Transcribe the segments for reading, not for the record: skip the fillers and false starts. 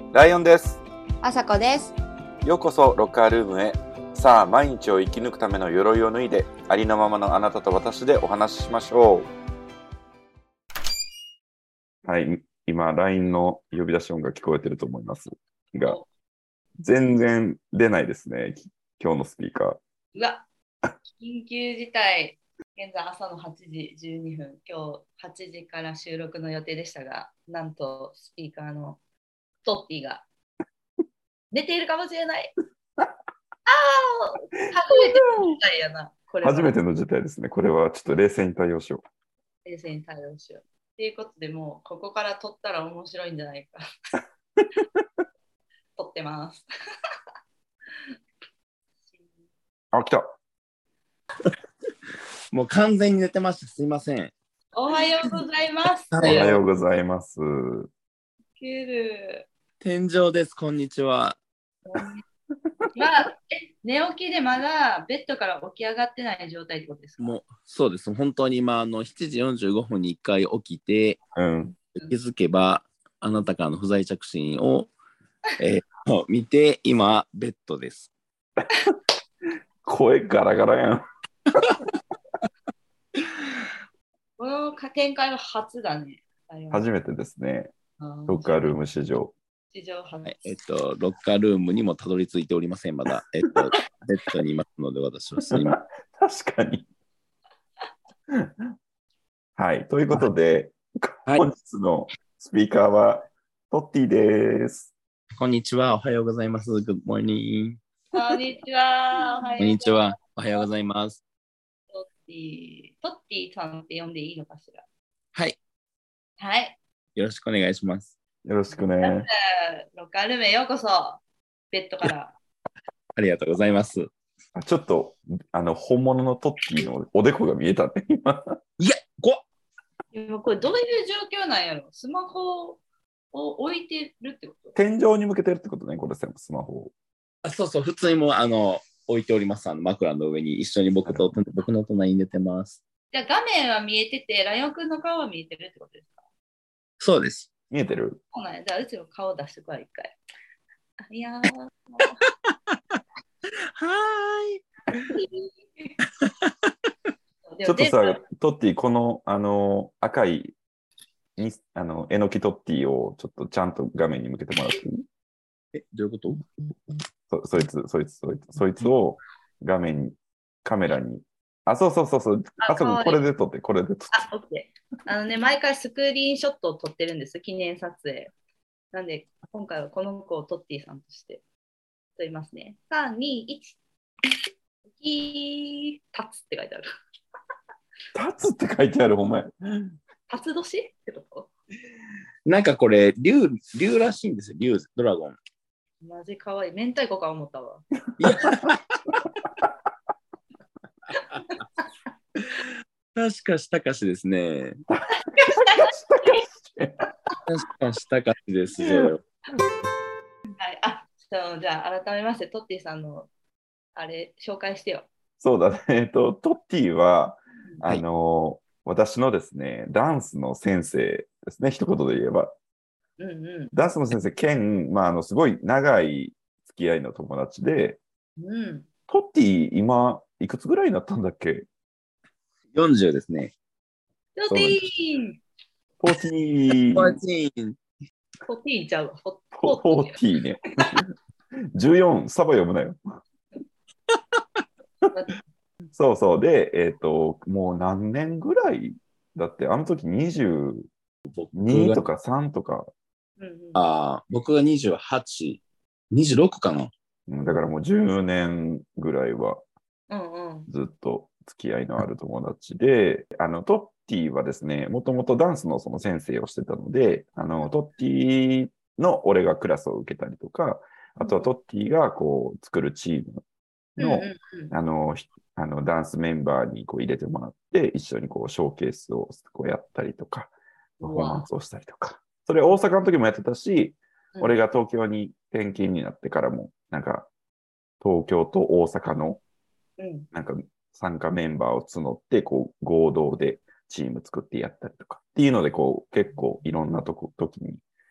ライオンです。 あさこです。 ようこそロッカールームへ。さあ、毎日を生き抜くための鎧を脱いで、ありのままのあなたと私でお話ししましょう。はい、今 LINE の呼び出し音が聞こえてると思いますが、全然出ないですね、今日のスピーカー。 うわ、緊急事態。現在朝の8時12分。今日8時から収録の予定でしたが、なんとスピーカーのトッティが寝ているかもしれない。ああ、初めての事態やな。これは初めての事態ですね。これはちょっと冷静に対応しよ冷静に対応しよう。ということで、もうここから撮ったら面白いんじゃないか。撮ってます。 う。あ、来た。 もう完全に寝てました。すいません。 おはようございます。 おはようございます。 天井です。こんにちは。 寝起きでまだベッドから起き上がってない状態ってことですか？ もうそうです。本当に今7時45分に1回起きて、気づけばあなたからの不在着信を、見て今ベッドです。 声ガラガラやん。 この展開は初だね。 初めてですね。ロッカールーム史上。 初。 ロッカールームにもたどり着いておりません。まだ。ベッドにいますので私はすいません。確かに。はい。ということで、はい、本日のスピーカーはトッティです。 こんにちは。おはようございます。Good morning。 こんにちは。 こんにちは。おはようございます。 トッティさんって呼んでいいのかしら。 はい。 はい。 よろしくお願いします。 よろしくね。 ロッカールームへようこそ。ベッドから。 ありがとうございます。 ちょっと、本物のトッティのおでこが見えたね、今。 いや、怖っ。 今これどういう状況なんやろ？スマホを置いてるってこと？ 天井に向けてるってことね、これスマホを。 そうそう、普通にも置いております。枕の上に一緒に僕の隣に寝てます。 じゃあ画面は見えてて、ライオンくんの顔は見えてるってことですか？ そうです。 見えてる？ そうなんや。じゃあうちの顔出してこい、一回。いやー。 はーい。 ちょっとさ、トッティ、この、赤いえのきトッティをちょっとちゃんと画面に向けてもらっていい？ どういうこと？ そいつを画面に、カメラに。あ、そう。あそこ、これで撮って。 あ、オッケー。毎回スクリーンショットを撮ってるんです、記念撮影。なんで、今回はこの子をトッティさんとして撮りますね。3、2、1。立つって書いてある。 立つって書いてある、お前。 立つ年ってこと？ なんかこれ、竜らしいんですよ。竜、ドラゴン。 マジかわいい。明太子か思ったわ。 確かしたかしですね。確かしたかしですよ。 はい、じゃあ改めましてトッティさんのあれ紹介してよ。 そうだね。トッティは、私のですね、ダンスの先生ですね、一言で言えば。ダンスの先生兼、すごい長い付き合いの友達で、トッティ、今、いくつぐらいになったんだっけ ？40ですね。 トッティちゃう。 トッティね。14、サバ読むなよ。そう。で、もう何年ぐらいだって、あの時22とか3とか。 僕が28、26かな。 だからもう10年ぐらいはずっと付き合いのある友達で、トッティはですね、もともとダンスのその先生をしてたので、トッティの俺がクラスを受けたりとか、あとはトッティがこう作るチームの、ダンスメンバーにこう入れてもらって、一緒にこうショーケースをこうやったりとか、パフォーマンスをしたりとか。それ大阪の時もやってたし、俺が東京に転勤になってからも、なんか、東京と大阪の、なんか、参加メンバーを募って、こう、合同でチーム作ってやったりとか。っていうので、こう、結構いろんな時に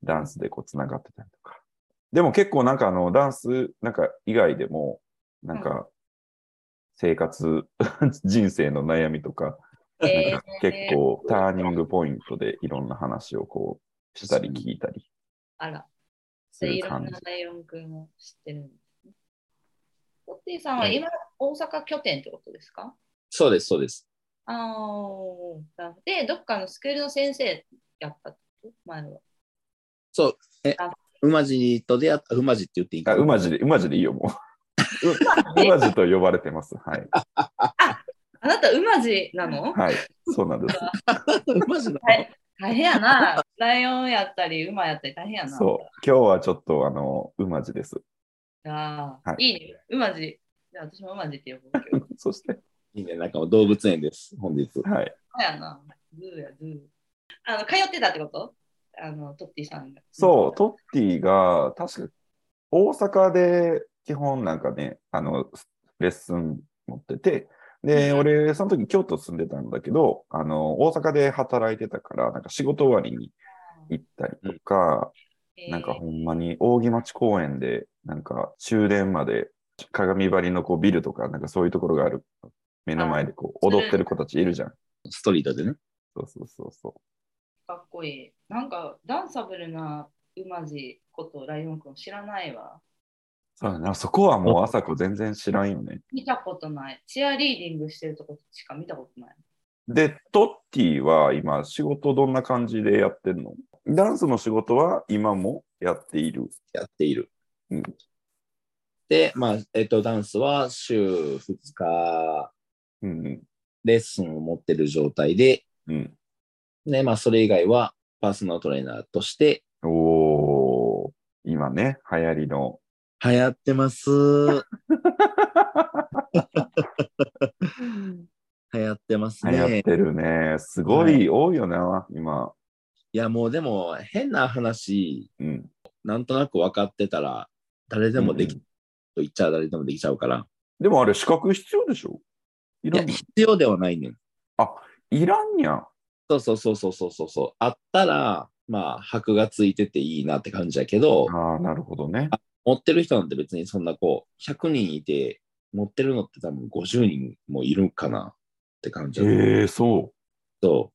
ダンスでこうつながってたりとか。でも結構なんかダンスなんか以外でも、なんか生活、人生の悩みとか、なんか結構ターニングポイントでいろんな話をこうしたり聞いたりあら、 するいろん感じ。 なライオンくんを知ってるんですね。ポッティさんは今、大阪拠点ってことですか？ そうです、そうです。 ああ、で、どっかのスクールの先生やったって前は。 そう、馬路と出会った、馬路って言っていいかな。 馬路でいいよ、もう。馬路と呼ばれてます。はい。 あなた、馬路なの？ はい、そうなんです。 馬路なの？ 大変やな。ライオンやったり、馬やったり大変やな。 そう、今日はちょっと馬路です。 ああ、 はい、 いいね。馬路。じゃあ私も馬路って呼ぶ今日。 そして、 いいね、なんか動物園です、本日。 はい。 そうやな。ズーや、ズー。通ってたってこと？トッティさんが。 そう、トッティが、確か大阪で基本なんかね、レッスン持ってて、で、俺、その時京都住んでたんだけど、大阪で働いてたから、なんか仕事終わりに行ったりとか、なんかほんまに扇町公園で、なんか終電まで鏡張りのこうビルとか、なんかそういうところがある目の前でこう踊ってる子たちいるじゃん。 ストリートでね。 そうそうそうそかっこいい。なんか、ダンサブルな馬路ことライオンくん知らないわ。 う。そうだな、そこはもう朝子全然知らんよね。 見たことない。チアリーディングしてるとこしか見たことない。 で、トッティは今仕事どんな感じでやってるの？ダンスの仕事は今もやっている。 やっている。 うん、 で、まあ、ダンスは週2日うん、 レッスンを持ってる状態で、 うん。 で、まあ、それ以外はパーソナルトレーナーとしておー、今ね、流行りの。 流行ってます。流行ってます流行っね。 てるね。すごはい。 い多いよな、今。 いや、もうでも、変な話、 うん、 なんとなく分かってたら、誰でうん、 もでき、 うん。 と言っちゃ誰でもできちゃうから。 でもあれ資格必要でしょ？いいや、 らんの？ 必要ではないねん。 あ、いらんやん。 そうそうそうそうそうそうそう。あったら、まあ、箔がついてていいなって感じだけど、 ああ、なるほどね。 持ってる人なんて別にそんなこう、100人いて、持ってるのって多分50人もいるかなって感じだと思う。 へえ、そそう。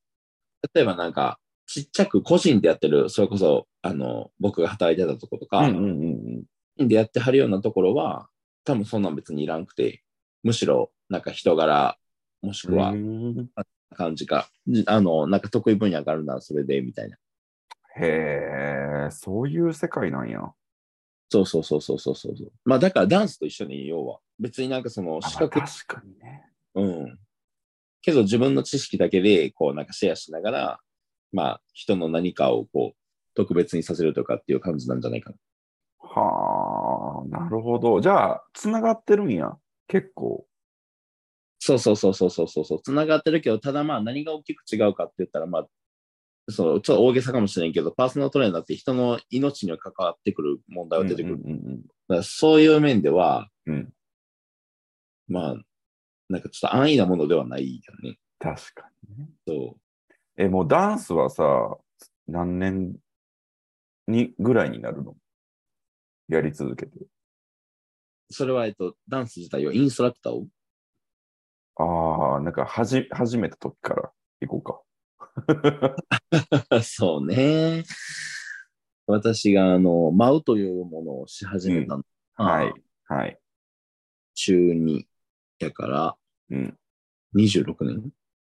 例えばなんか、ちっちゃく個人でやってる、それこそ、僕が働いてたとことう。うんか、 うんうんでやってはるようなところは、多分そんなん別にいらんくて、むしろ、なんか人柄、もしうん。 くは、 うーん。 感じか、なんか得意分野があるならそれで、みたいな。 へえ、そういう世界なんや。 そうそうそうそうそうそう。まあだからダンスと一緒に要は。別になんかそのあ、まあ資格、 確かにね。 うん。けど自分の知識だけでこうなんかシェアしながら、まあ人の何かをこう特別にさせるとかっていう感じなんじゃないかな。 はあ、なるほど。じゃあ、つながってるんや。結構。 そうそうそうそうそうそうそう。つながってるけど、ただまあ何が大きく違うかって言ったら、まあ、そのちょっと大げさかもしれんけど、パーソナルトレーナーって人の命には関わってくる問題うんうんが出てくる。 うんだからそういう面では、 うん。うん。 まあ、なんかちょっと安易なものではないよね。 確かにね。 そう。 もうダンスはさ、何年ぐらいになるの？やり続けて。 それは、ダンス自体はインストラクターをああ、なんか始めた時から行こうか。 そうね。私が、舞うというものをし始うん。 めたのは、 はい。はい。 中2やからうん。 26年。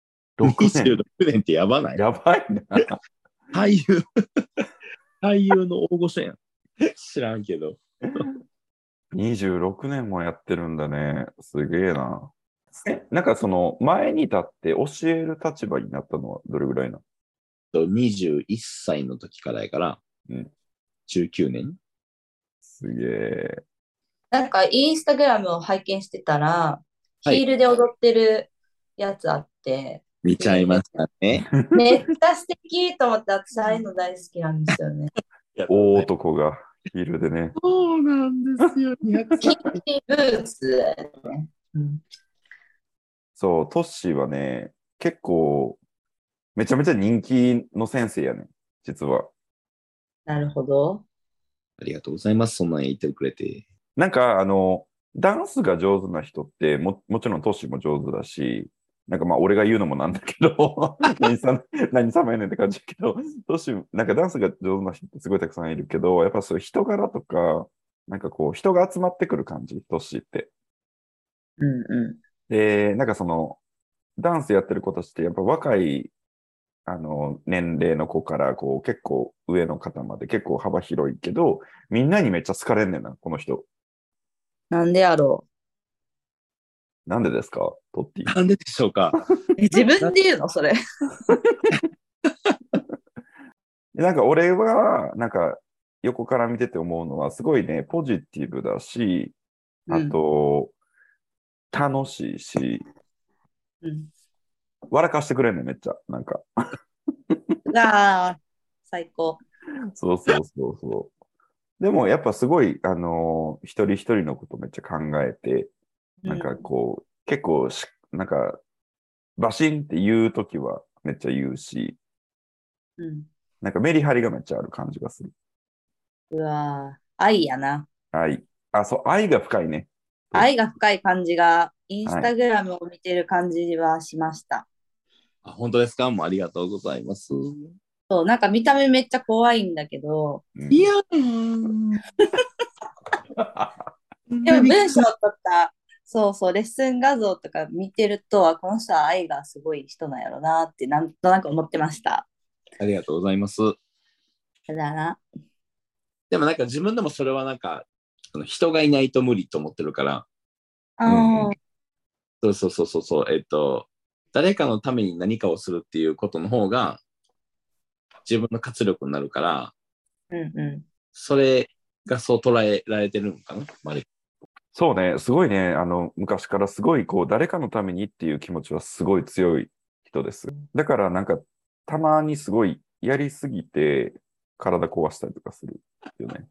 6 26 年。 年ってやばない？ やばいな。 俳優、俳優の大御所やん。知らんけど。 26年もやってるんだね。すげえな。なんかその前に立って教える立場になったのはどれぐらいなの？ 21歳の時からやから、 うん。 19年。 すげえ。 なんかインスタグラムを拝見してたら、 はい。 ヒールで踊ってるやつあって、 見ちゃいましたね。 めっちゃ素敵と思って、私ああいうの大好きなんですよね。 大男がヒールでね。 そうなんですよ。200 キンキブーツだよね。うん、 そう、トッシーはね、結構めちゃめちゃ人気の先生やね、実は。 なるほど。 ありがとうございます。そんなん言ってくれて。 なんか、ダンスが上手な人ってもちろんトシも上手だし、なんかまあ俺が言うのもなんだけど、何様やねんって感じだけど、トシ、なんかダンスが上手な人ってすごいたくさんいるけど、やっぱそういう人柄とか、なんかこう人が集まってくる感じ、トシって。 うんうで、なんかダンスやってる子たちってやっぱ若い、年齢の子からこう結構上の方まで結構幅広いけど、みんなにめっちゃ好かれんねんな、この人。 なんでやろなんでですか、トッティ。 なんででしょうか。 う。自分で言うのそれ。 なんか俺は、なんか横から見てて思うのは、すごいね、ポジティブだし、あうん。 と、楽しいし、 うん。 笑かしてくれんねん、めっちゃ。なんか。 うわー、最高。 そうそうそうそう。でもやっぱすごい、一人一人のことめっちゃ考えて、なんかうん。 こう、結構なんか、バシンって言うときはめっちゃ言うし、 うん。 なんかメリハリがめっちゃある感じがする。 うわー、愛やな。 愛。あ、そう、愛が深いね。 愛が深い感じが、インスはい。 タグラムを見てる感じはしました。 あ、本当ですか？もうありがとうございます。 そう、なんか見た目めっちゃ怖いんだけど、 うん。 いやー、 でも文章とか、そうそう、レッスン画像とか見てると、この人は愛がすごい人なんやろなってなんとなく思ってました。 ありがとうございます。 だな。 でもなんか自分でもそれはなんか、人がいないと無理と思ってるから、 うんうん。 ああ、 そうそうそうそうそう、誰かのために何かをするっていうことの方が自分の活力になるから、 うんうそれがそう捉えられてるのかな、マリ。 そうね、すごいね、昔からすごい、こう、誰かのためにっていう気持ちはすごい強い人です。だからなんか、たまにすごいやりすぎて、体壊したりとかするよね。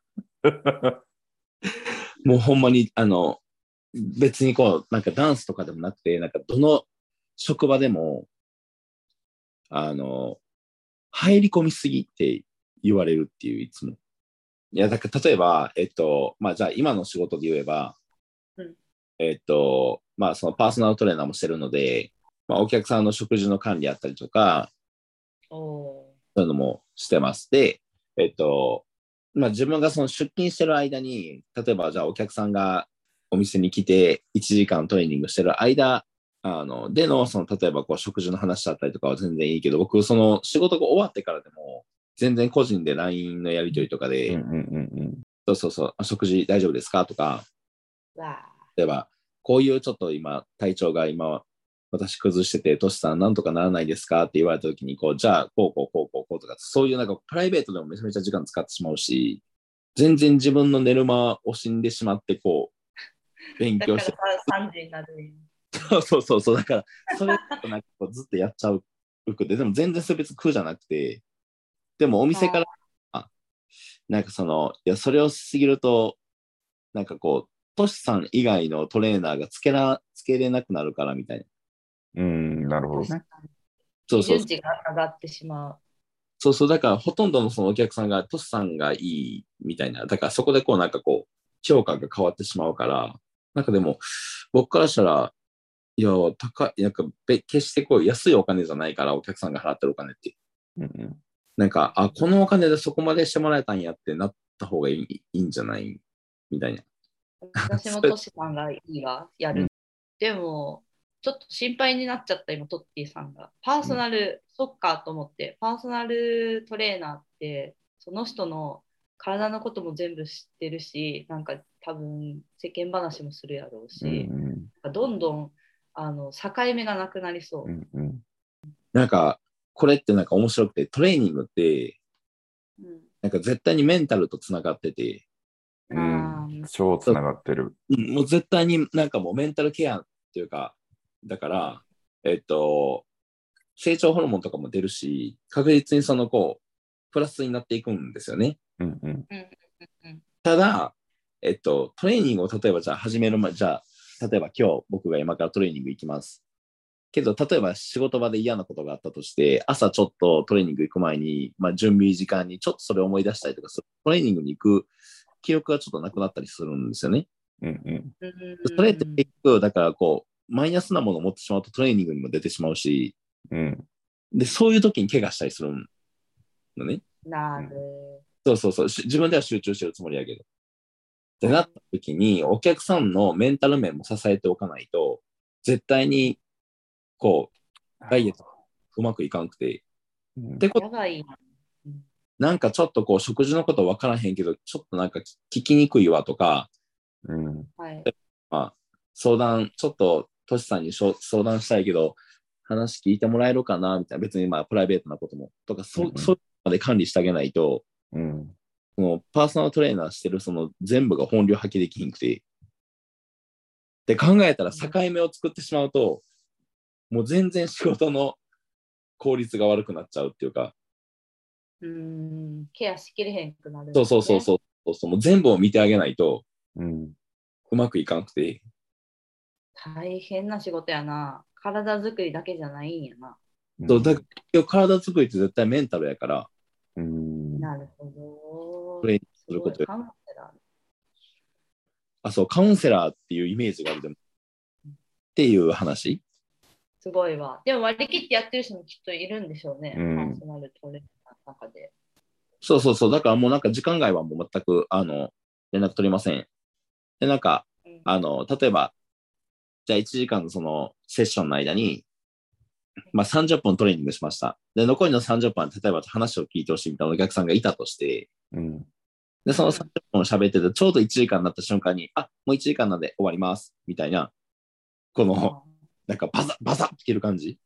もうほんまに、別にこう、なんかダンスとかでもなくて、なんかどの職場でも、あの、入り込みすぎって言われるっていう、いつも。いや、だから例えば、まあ、じゃあ今の仕事で言えば、 ん。 まあ、そのパーソナルトレーナーもしてるので、まあ、お客さんの食事の管理あったりとか、 おそういうのもしてます。で、まあ、自分がその出勤してる間に、例えばじゃあお客さんがお店に来て1時間トレーニングしてる間、での、例えばこう食事の話だったりとかは全然いいけど、僕、その仕事が終わってからでも、全然個人で LINE のやり取りとかで、 うんうんうんそうそうそう、食事大丈夫ですかとか、 わあ。 例えば、こういうちょっと今、体調が今、私崩してて、トシさんなんとかならないですかって言われた時に、こう、じゃあ、こうこうこうこうこうとか、そういうなんかプライベートでもめちゃめちゃ時間使ってしまうし、全然自分の寝る間を死んでしまって、こう、勉だから強して、 3時になるんや。 そうそうそうそう、だから、それとなんかこうずっとやっちゃうくて、でも全然それ別に苦じゃなくて、でもお店から、なんかいや、それをしすぎると、なんかこう、トシさん以外のトレーナーがつけれなくなるからみたいな。 うん。なるほどね。 確かに。基そうそう準値が上がってしまう。 そうそう、だからほとんどのそのお客さんがトシさんがいいみたいな。だからそこでこうなんかこう、評価が変わってしまうから、なんかでも、僕からしたら、いや、高い、なんか決してこう安いお金じゃないから、お客さんが払ってるお金って。 うんうん。 なんか、あ、このお金でそこまでしてもらえたんやってなった方がいいんじゃないみたいな。 私もそれトシさんがいいわ、やうんる。でも、ちょっと心配になっちゃった、今、トッティさんが。パーソナル、そっかと思って、パーソナルトレーナーって、その人の体のことも全部知ってるし、なんか多分世間話もするやろううんし、 うんどんどん境目がなくなりうそんうん。 なんか、これってなんか面白くて、トレーニングって、 う。うん、 なんか絶対にメンタルとつながってて、 うん。 あー、 超つながってる。 もう絶対になんかもうメンタルケアっていうか、だから、えっと、成長ホルモンとかも出るし、確実にこう、プラスになっていくんですよね。 うんうん。 うんうんうんただ、トレーニングを例えばじゃあ始める前、じゃあ、例えば今日僕が今からトレーニング行きます。 けど、例えば仕事場で嫌なことがあったとして、朝ちょっとトレーニング行く前に、準備時間にちょっとそれを思い出したりとか、トレーニングに行く記憶がちょっとなくなったりするんですよね。それって結局、だからマイナスなものを持ってしまうとトレーニングにも出てしまうし、で、そういう時に怪我したりするのね。 なる。 そう。自分では集中してるつもりやけど。ってなった時に、お客さんのメンタル面も支えておかないと、絶対に、ダイエットうまくいかんくて。ってことなんかちょっと食事のこと分からへんけど、ちょっとなんか聞きにくいわとか、相談、ちょっとトシさんに相談したいけど、話聞いてもらえるかなみたいな、別にプライベートなことも、とか、そういうまで管理してあげないと、そのパーソナルトレーナーしてるその全部が本領発揮できひんくて、で考えたら境目を作ってしまうと、もう全然仕事の効率が悪くなっちゃうっていうか、 ケアしきれへんくなる、 ね。そう、もう全部を見てあげないと、うまくいかなくて。 大変な仕事やな。体作りだけじゃないんやな。 そう、だから体作りって絶対メンタルやから。 なるほど。 トレーニングすることで。そう、カウンセラーっていうイメージがあるでも。っていう話。 すごいわ。でも割り切ってやってる人もきっといるんでしょうね。パーソナルトレーナーの中で。 そう。だからもうなんか時間外はもう全く連絡取りません。で、なんか、例えば、じゃあ1時間のそのセッションの間に、30分トレーニングしました。で、残りの30分は例えば話を聞いてほしいみたいなお客さんがいたとして、で、その30分喋ってて、ちょうど1時間になった瞬間に、もう1時間なんで終わります。みたいな、なんかバザッって切る感じ。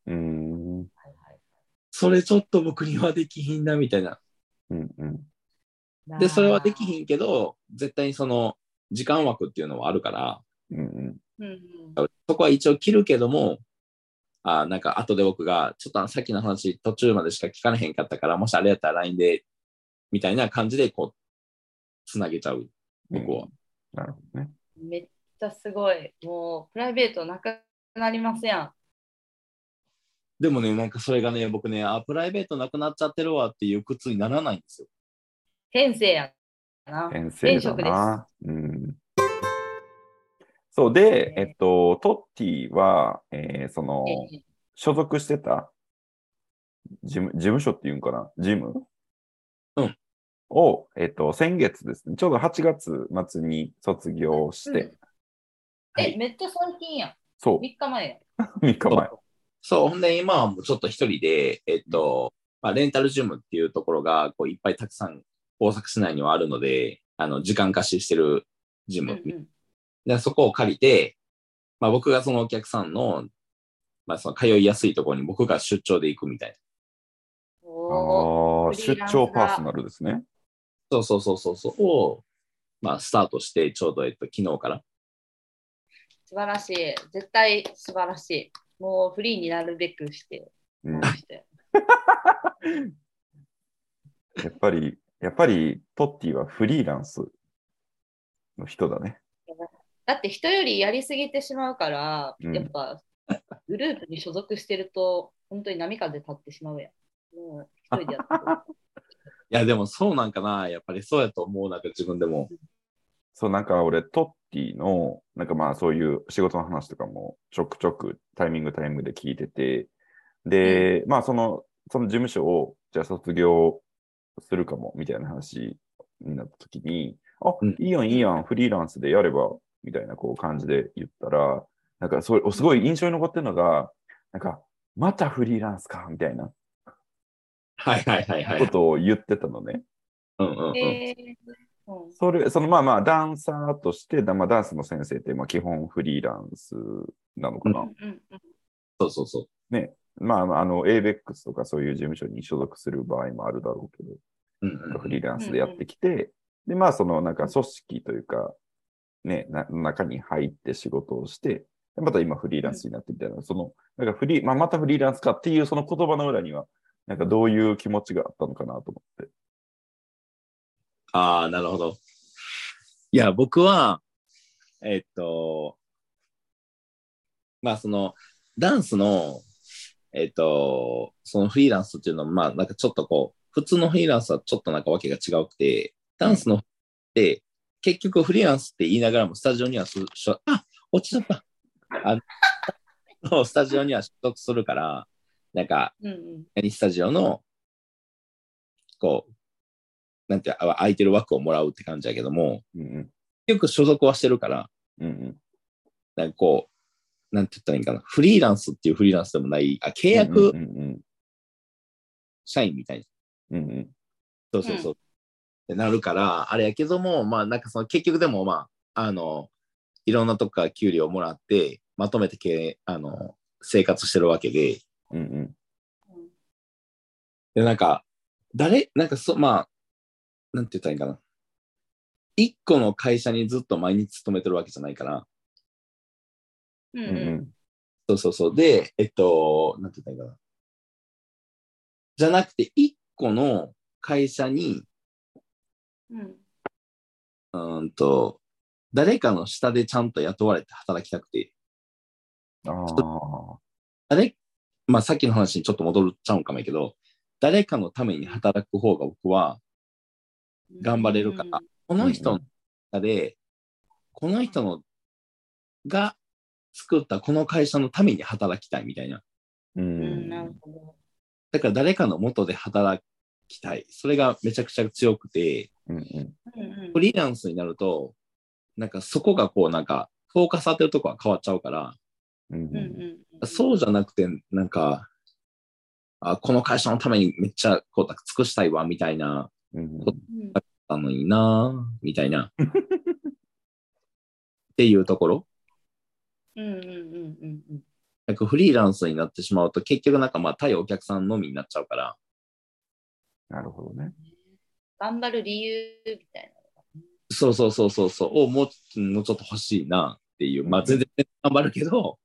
それちょっと僕にはできひんな、みたいな。で、それはできひんけど、絶対にその時間枠っていうのはあるから、そこは一応切るけども、なんか後で僕が、ちょっとさっきの話途中までしか聞かれへんかったから、もしあれやったら LINE で、みたいな感じでつなげちゃう、僕は。 なるほどね。 めっちゃすごい。もうプライベートなくなりますやん。 でもね、なんかそれがね、僕ね、プライベートなくなっちゃってるわっていう苦痛にならないんですよ。 天性やな。 天性だな。そうで、トッティは、その、所属してた事務所っていうんかな、ジムを、先月ですね、ちょうど8月末に卒業して。 めっちゃ最近やん。 そう。 3日前や。3日前。 そう、ほんで今はもうちょっと一人で、レンタルジムっていうところがいっぱいたくさん大阪市内にはあるので、時間貸ししてるジム。でそこを借りて、僕がそのお客さんの、その通いやすいところに僕が出張で行くみたいな。 出張パーソナルですね。 そう。を、スタートして、ちょうど、昨日から。 素晴らしい。絶対素晴らしい。もうフリーになるべくして。 やっぱりトッティはフリーランスの人だね。 だって人よりやりすぎてしまうから、やっぱグループに所属してると本当に波風立ってしまうやん。もう一人でやってる。 いやでもそうなんかな、やっぱりそうやと思う、なんか自分でも。 そう、なんか俺トッティのなんかそういう仕事の話とかもちょくちょくタイミングで聞いてて、で、その事務所をじゃあ卒業するかもみたいな話になった時に、いいやん、フリーランスでやればみたいな感じで言ったら、なんかすごい印象に残ってるのが、なんかまたフリーランスかみたいなことを言ってたのね。そのダンサーとして、ダンスの先生って基本フリーランスなのかな。 そう。 ね。ABEX とかそういう事務所に所属する場合もあるだろうけど、フリーランスでやってきて、で、そのなんか組織というか、ね、中に入って仕事をして、また今フリーランスになってみたいな、その、なんかまたフリーランスかっていうその言葉の裏には、なんかどういう気持ちがあったのかなと思って。 なるほど。いや、僕は、 ダンスの、そのフリーランスっていうのは、まあ、なんかちょっとこう、普通のフリーランスはちょっとなんかわけが違うくて、ダンスのって、結局フリーランスって言いながらも、スタジオには落ちちゃった。スタジオには所属するから、なんか、スタジオの、こう、なんて、空いてる枠をもらうって感じやけども、よく所属はしてるから、なんかこう、なんて言ったらいいんかな、フリーランスっていうフリーランスでもない、契約社員みたいな。そうそうそう。ってなるから、あれやけども、まあ、なんかその結局でも、まあ、いろんなとこから給料をもらって、まとめて生活してるわけで、で、なんか、なんかまあ、なんて言ったらいいかな。一個の会社にずっと毎日勤めてるわけじゃないから。そうそうそう。で、なんて言ったらいいかな。じゃなくて、一個の会社に、誰かの下でちゃんと雇われて働きたくて。まあ、さっきの話にちょっと戻っちゃうんかもやけど、誰かのために働く方が僕は頑張れるから、この人の下で、この人のが作ったこの会社のために働きたいみたいな。 なるほど。 だから誰かの元で働きたい。それがめちゃくちゃ強くて、フリーランスになると、なんかそこがこうなんか、フォーカス当てるとこは変わっちゃうから、そうじゃなくて、なんか、この会社のためにめっちゃこう尽くしたいわ、みたいなことだったのにな、みたいな。っていうところ。なんかフリーランスになってしまうと、結局なんかまあ対お客さんのみになっちゃうから。 なるほどね。 頑張る理由みたいな。 そうそうそうそうそう。もうちょっと欲しいなっていう。まあ全然頑張るけど、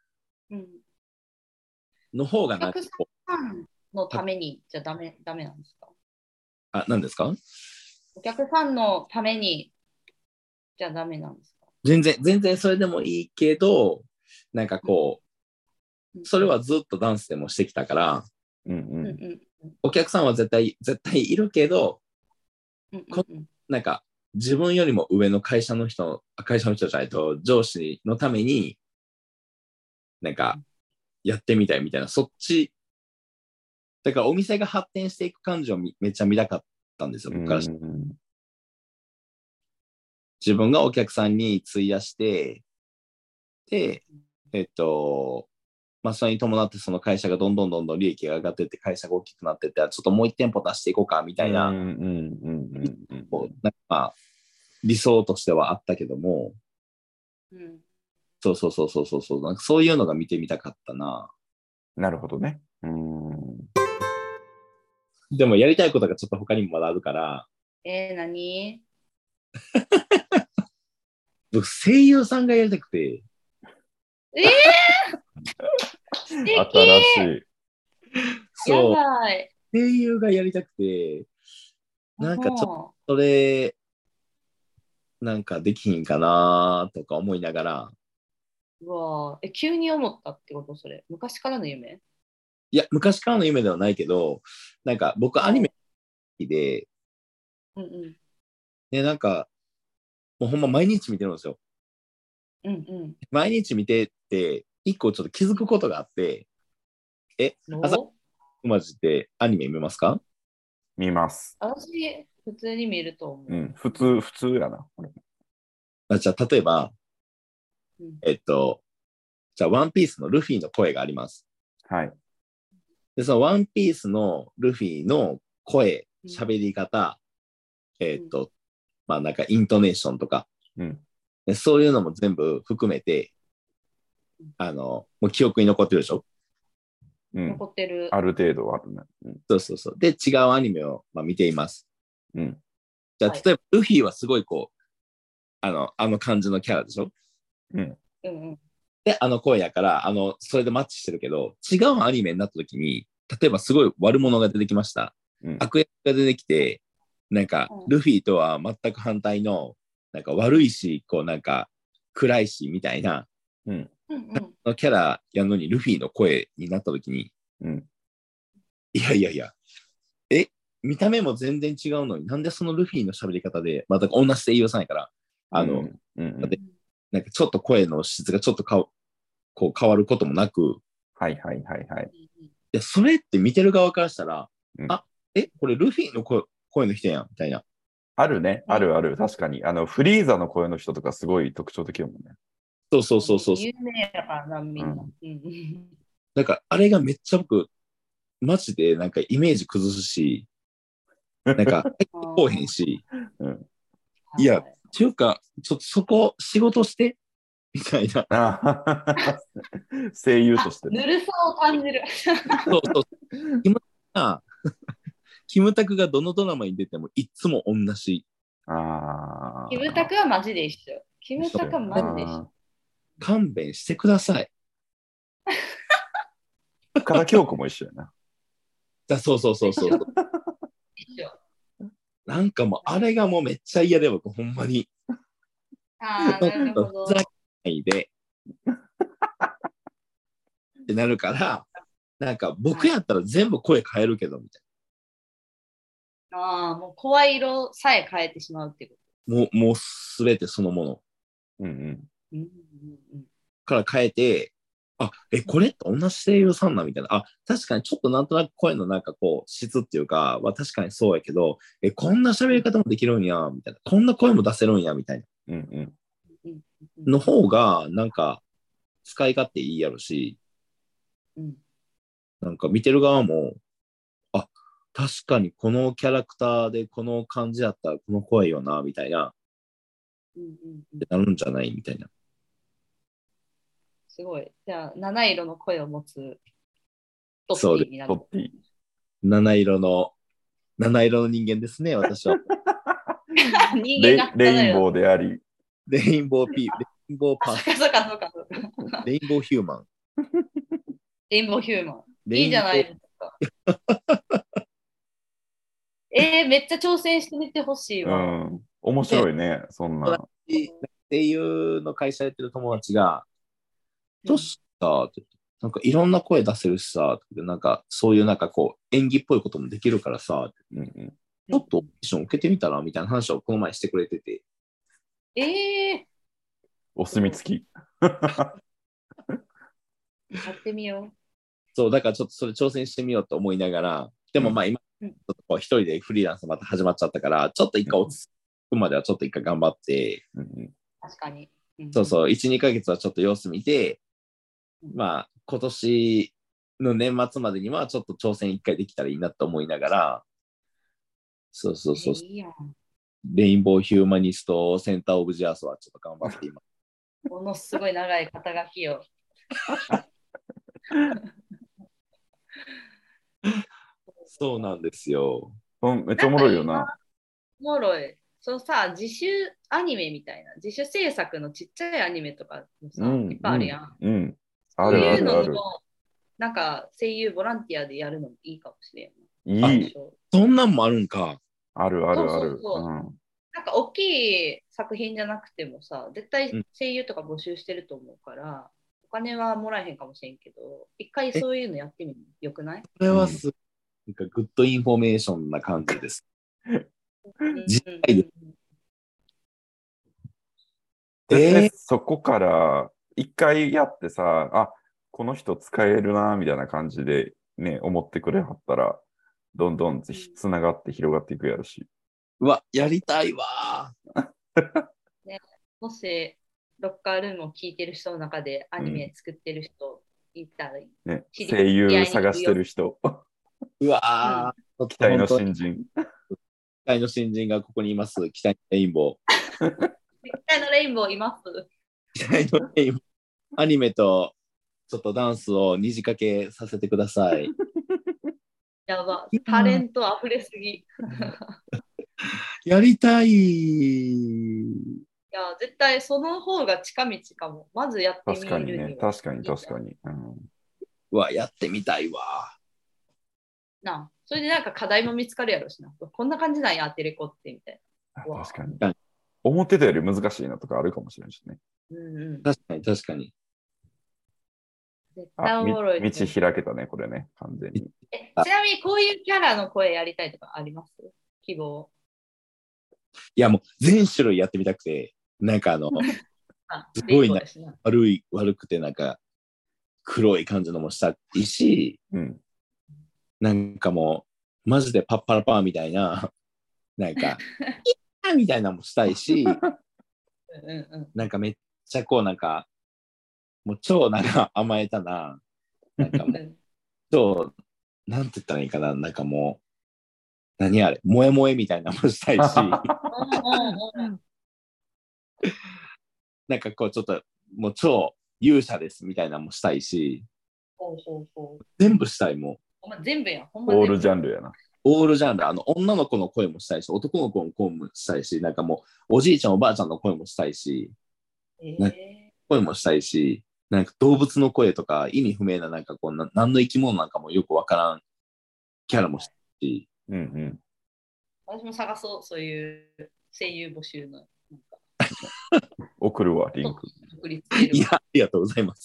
の方がなんかこう。 お客さんのためにじゃダメなんですか？ 何ですか？ お客さんのためにじゃダメなんですか？ 全然それでもいいけど、なんかこう、それはずっとダンスでもしてきたから、お客さんは絶対いるけど、なんか自分よりも上の会社の人じゃないと上司のために、なんかやってみたいみたいな、そっち、だからお店が発展していく感じをめっちゃ見たかったんですよ、僕からして。自分がお客さんに費やして、で、まあ、それに伴ってその会社がどんどん利益が上がってって会社が大きくなってって、ちょっともう一店舗出していこうかみたいな、理想としてはあったけども、そう、なんかそういうのが見てみたかったな。 なるほどね。 でもやりたいことがちょっと他にもまだあるから。 何？ 僕、声優さんがやりたくて。 素敵。 新しい。 そう。声優がやりたくて、なんかちょっとそれ、なんかできひんかなとか思いながら。 急に思ったってことそれ？昔からの夢？ いや、昔からの夢ではないけど、なんか僕アニメ好きで、で、なんか、もうほんま毎日見てるんですよ。毎日見てって、一個ちょっと気づくことがあって、朝マジでアニメ見ますか？ 見ます。 私、普通に見ると思う。 普通やな。 じゃあ、例えば、じゃあ、ワンピースのルフィの声があります。 はい。 で、そのワンピースのルフィの声、喋り方、まあなんかイントネーションとか、でそういうのも全部含めて、もう記憶に残ってるでしょ？ 残ってる。 ある程度はあるね。そう。で、違うアニメを、見ています。じゃあ、例えば、ルフィはすごいこう、あの感じのキャラでしょ？で、声やから、それでマッチしてるけど、違うアニメになった時に、例えばすごい悪者が出てきました。悪役が出てきて、なんか、ルフィとは全く反対の、なんか悪いし、こうなんか、暗いし、みたいな、 のキャラやのにルフィの声になった時に、 うん、 いやいやいや、見た目も全然違うのに、なんでそのルフィの喋り方で、また同じ声優さんやから、なんかちょっと声の質がちょっとこう変わることもなく、 はいはいはいはい。 いや、それって見てる側からしたら、 うん、 これルフィの声の人やん、みたいな。 あるね、あるある、確かに。フリーザの声の人とかすごい特徴的だもんね。 そう。 有名やからな、みんな。 なんか、あれがめっちゃ僕、マジでなんかイメージ崩すし、なんか、こうへんし、いや、っていうか、ちょっとそこ仕事してみたいな。 声優として、 ね。ぬるさを感じる。 そう。キムタクがどのドラマに出てもいつも同じ。 キムタクはマジで一緒。キムタクはマジで一緒。 勘弁してください。 深田恭子も一緒やな。 そう。一緒。なんかもう、あれがもうめっちゃ嫌で、僕、ほんまに。 なるほど。 ないで。ってなるから、なんか僕やったら全部声変えるけど、みたいな。もう声色さえ変えてしまうってこと。もうすべてそのもの。から変えて、これって同じ声優さんなみたいな。確かにちょっとなんとなく声のなんかこう、質っていうかは確かにそうやけど、こんな喋り方もできるんや、みたいな。こんな声も出せるんや、みたいな。の方が、なんか、使い勝手いいやろし、なんか見てる側も、確かにこのキャラクターでこの感じだったらこの声よな、みたいな、ってなるんじゃないみたいな。 すごい。じゃあ、七色の声を持つトッティになる。 七色の人間ですね、私は。 レインボーであり。 レインボーピー、レインボーパー。 そうか。 レインボーヒューマン。 レインボーヒューマン。いいじゃないですか。めっちゃ挑戦してみてほしいわ。 面白いね、そんな。 声優の会社やってる友達が、どうしたってなんかいろんな声出せるしさ、なんかそういうなんかこう演技っぽいこともできるからさ、ちょっとオーディション受けてみたらみたいな話をこの前してくれてて。 お墨付き。 やってみよう。 そう、だからちょっとそれ挑戦してみようと思いながら、でもまあ今、ちょっとこう一人でフリーランスまた始まっちゃったから、ちょっと一回落ち着くまではちょっと一回頑張って、 確かに。 そう、1、2ヶ月はちょっと様子見て、まあ今年の年末までにはちょっと挑戦一回できたらいいなと思いながら、そう。レインボーヒューマニストセンターオブジアースはちょっと頑張っています。 ものすごい長い肩書きを。 そうなんですよ。 めっちゃおもろいよな。 おもろい。そうさ、自主アニメみたいな、自主制作のちっちゃいアニメとかもさ、いっぱいあるやん。そういうのも、なんか声優ボランティアでやるのもいいかもしれん。 いい。 そんなんもあるんか。 ある。 なんか大きい作品じゃなくてもさ、絶対声優とか募集してると思うから、お金はもらえへんかもしれんけど、一回そういうのやってみるのよくない？ これはなんかグッドインフォメーションな感じです。実際でそこから一回やってさ、この人使えるなみたいな感じでね、思ってくれはったら、どんどんつながって広がっていくやるし。 うわ、やりたいわね、もし、ロッカールームを聞いてる人の中でアニメ作ってる人いたらいい、 ね、声優探してる人。 うわー、期待の新人。 期待の新人がここにいます。期待のレインボー。期待のレインボーいます。 期待のレインボー。アニメとちょっとダンスを2時掛けさせてください。 やば、タレントあふれすぎ。 やりたい。 いや、絶対その方が近道かも。まずやってみる。 確かにね、確かに。 うわ、やってみたいわ。 それでなんか課題も見つかるやろしな。こんな感じなんや、テレコってみたいな。確かに。思ってたより難しいなとかあるかもしれないしね。 確かに。 絶対おもろい。 道開けたね、これね、完全に。 ちなみにこういうキャラの声やりたいとかあります？希望。 いやもう全種類やってみたくて、なんかすごい悪くてなんか黒い感じのもしたいし、 うん、 なんかもうマジでパッパラパーみたいな、なんか、みたいなのもしたいし、なんかめっちゃこうなんか、もう超なんか甘えたな、なんかもう、超、なんて言ったらいいかな、なんかもう、何あれ、萌え萌えみたいなのもしたいし、なんかこうちょっと、もう超勇者ですみたいなのもしたいし、全部したいもう。全部やん。 オールジャンルやな。 オールジャンル、女の子の声もしたいし、男の子の声もしたいし、なんかもう、おじいちゃん、おばあちゃんの声もしたいし、声もしたいし、なんか動物の声とか、意味不明な、なんかこう何の生き物なんかもよくわからんキャラもしたいし。 うんうん。 私も探そう、そういう声優募集の。 送るわ、リンク。 いや、ありがとうございます。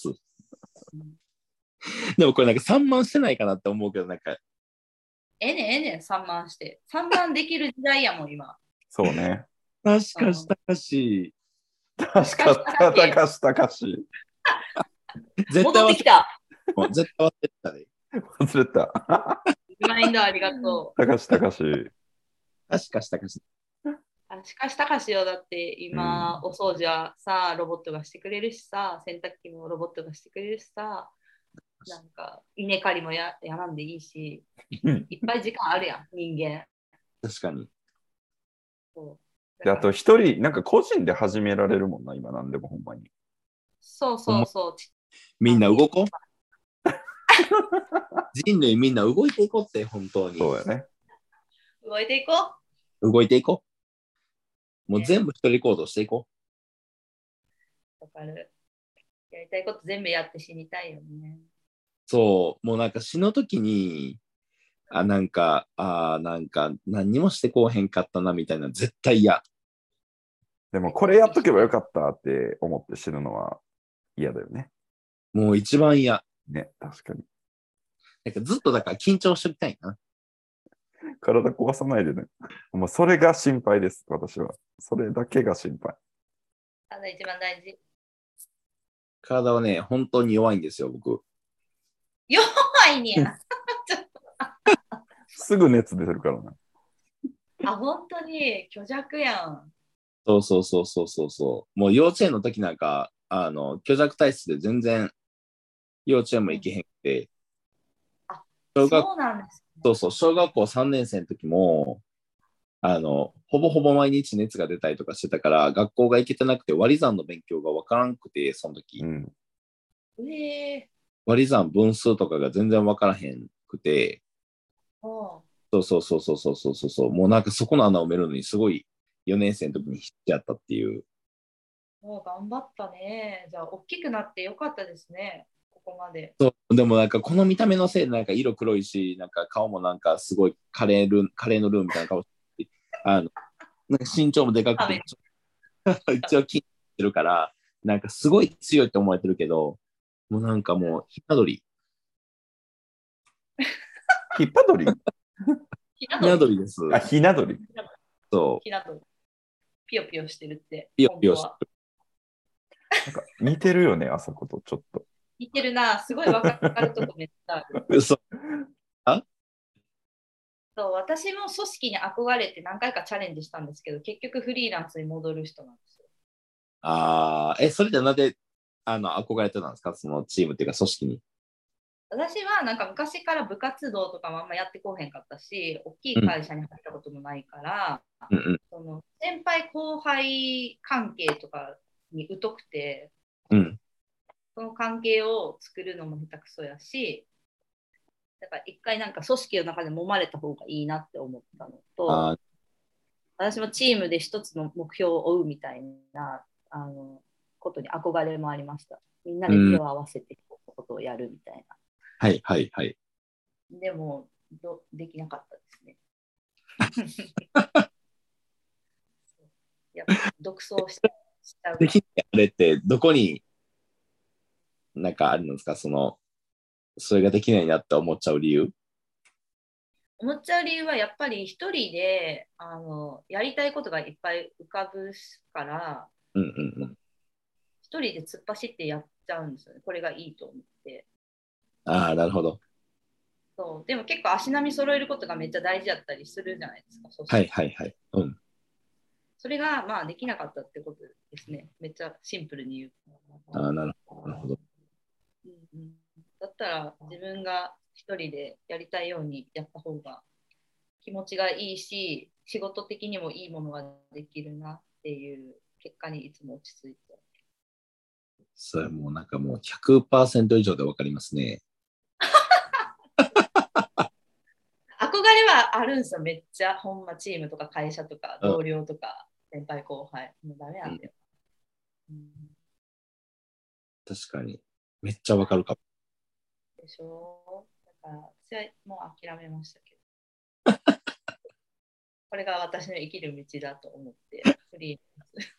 でもこれなんか3万してないかなって思うけど、なんか。 えねん、3万して。3万できる時代やもん、今。 そうね。 確かしたし。 確かし。 戻ってきた。 絶対忘れたね。 忘れた。 リマインドありがとう。たかし。 しかしたかし。 しかしたかしよ。だって今、お掃除はさ、ロボットがしてくれるしさ、洗濯機もロボットがしてくれるしさ、なんか稲刈りもやらんでいいし、いっぱい時間あるやん、人間。 確かに。 であと一人、なんか個人で始められるもんな、今なんでもほんまに。 そう。 みんな動こう。人類みんな動いていこうって、本当に。 そうやね。 動いていこう。動いていこう。もう全部一人行動していこう。わかる。やりたいこと全部やって死にたいよね。 そう、もうなんか死ぬときに、なんか何にもしてこうへんかったなみたいな、絶対嫌。 でもこれやっとけばよかったって思って死ぬのは嫌だよね。 もう一番嫌。 ね、確かに。 なんかずっとだから緊張しておきたいな。 体壊さないでね。もうそれが心配です、私は。それだけが心配。 体一番大事。 体はね、本当に弱いんですよ、僕。 弱いねや。 すぐ熱出てるからな。 本当に虚弱やん。 そう。もう幼稚園の時なんか、虚弱体質で全然幼稚園も行けへんくて。 そうなんですね。そう、小学校3年生の時も、ほぼほぼ毎日熱が出たりとかしてたから、学校が行けてなくて割り算の勉強がわからんくて、その時。割り算分数とかが全然わからへんくて、そう。もうなんかそこの穴を埋めるのにすごい4年生の時に必死やったっていう。 もう頑張ったね。じゃあ、大きくなってよかったですね。ここまで。 そう、でもなんかこの見た目のせいでなんか色黒いし、なんか顔もなんかすごいカレーのルーみたいな顔して、なんか身長もでかくて、一応筋ってるから、なんかすごい強いって思われてるけど、もうなんかもう、ひな鳥。 ひっぱ鳥ひな鳥です。 ひな鳥。 そう。 ひな鳥。ピヨピヨしてるって。 ピヨピヨしてる。 なんか似てるよね、あそことちょっと。 似てるな。すごい分かるとこめっちゃある。 嘘。 そう、私も組織に憧れて何回かチャレンジしたんですけど、結局フリーランスに戻る人なんですよ。 それじゃなんで憧れてたんですか、そのチームっていうか組織に。 私はなんか昔から部活動とかもあんまやってこうへんかったし、大きい会社に入ったこともないから、その先輩後輩関係とかに疎くて、その関係を作るのも下手くそやし、だから一回なんか組織の中で揉まれた方がいいなって思ったのと、私もチームで一つの目標を追うみたいなことに憧れもありました。みんなで手を合わせてことをやるみたいな。 はい。 でもできなかったですね。やっぱ独走しちゃう。 できないあれってどこになんかあるんですか、そのそれができないなって思っちゃう理由？ 思っちゃう理由はやっぱり一人でやりたいことがいっぱい浮かぶから、一人で突っ走ってやっちゃうんですよね。これがいいと思って。 ああ、なるほど。 そうでも結構足並み揃えることがめっちゃ大事だったりするじゃないですか。 はいはいはい。 それがまあできなかったってことですね。めっちゃシンプルに言う。 ああ、なるほど。 だったら自分が一人でやりたいようにやった方が気持ちがいいし、仕事的にもいいものができるなっていう結果にいつも落ち着いて。 それもうなんかもう 100% 以上で分かりますね。 憧れはあるんですよ、めっちゃ。ほんまチームとか会社とか同僚とか先輩後輩。もうダメなんだよ。 確かに。めっちゃ分かるかも。 でしょ。だから私はもう諦めましたけど。これが私の生きる道だと思ってフリー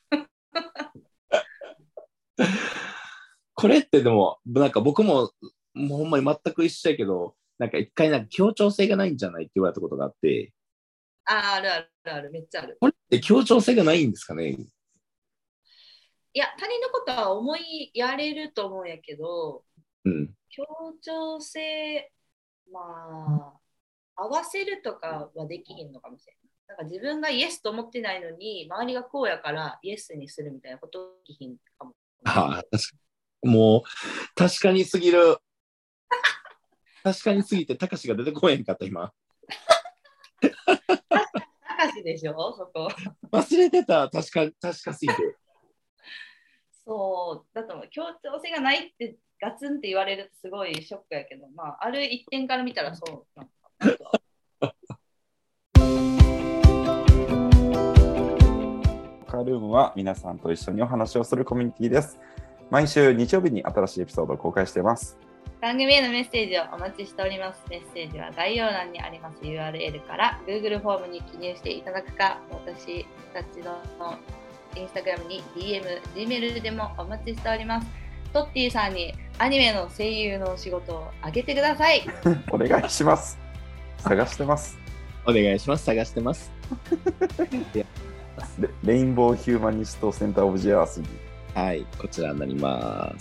これってでもなんか僕ももうほんまに全く一緒やけど、なんか一回なんか協調性がないんじゃないって言われたことがあって。 あるあるある、めっちゃある。 これって協調性がないんですかね？ いや、他人のことは思いやれると思うんやけど、協調性、まあ、合わせるとかはできひんのかもしれない。なんか自分がイエスと思ってないのに、周りがこうやからイエスにするみたいなことできひんかも。 ああ、もう、確かにすぎる。確かにすぎて、たかしが出てこえんかった、今。 たかしでしょ、そこ。 忘れてた、確かすぎて。 そう、だと協調性がないってガツンって言われるとすごいショックやけど、まあ、ある一点から見たらそうなんかなとは。 カルームは皆さんと一緒にお話をするコミュニティです。毎週日曜日に新しいエピソードを公開しています。 番組へのメッセージをお待ちしております。メッセージは概要欄にあります URL から Google フォームに記入していただくか、私たちのインスタグラムに DM、Gmail でもお待ちしております。トッティさんにアニメの声優のお仕事をあげてください。 お願いします。探してます。 お願いします。探してます。 レインボーヒューマニストセンターオブジェアースに。 はい、こちらになります。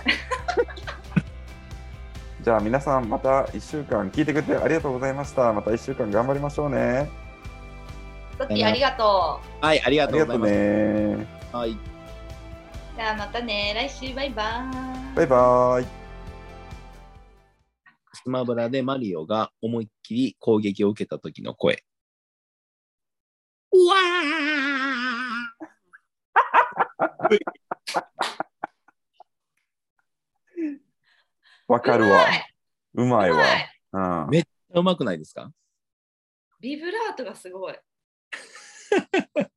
じゃあ皆さんまた1週間聞いてくれてありがとうございました。また1週間頑張りましょうね。 トッティありがとう。はい、ありがとうございます。 ね。 はい。 じゃあまたね。来週バイバーイ。 バイバーイ。 スマブラでマリオが思いっきり攻撃を受けた時の声。うわわかるわ。うまいわ。 めっちゃうまくないですか？ ビブラートがすごい。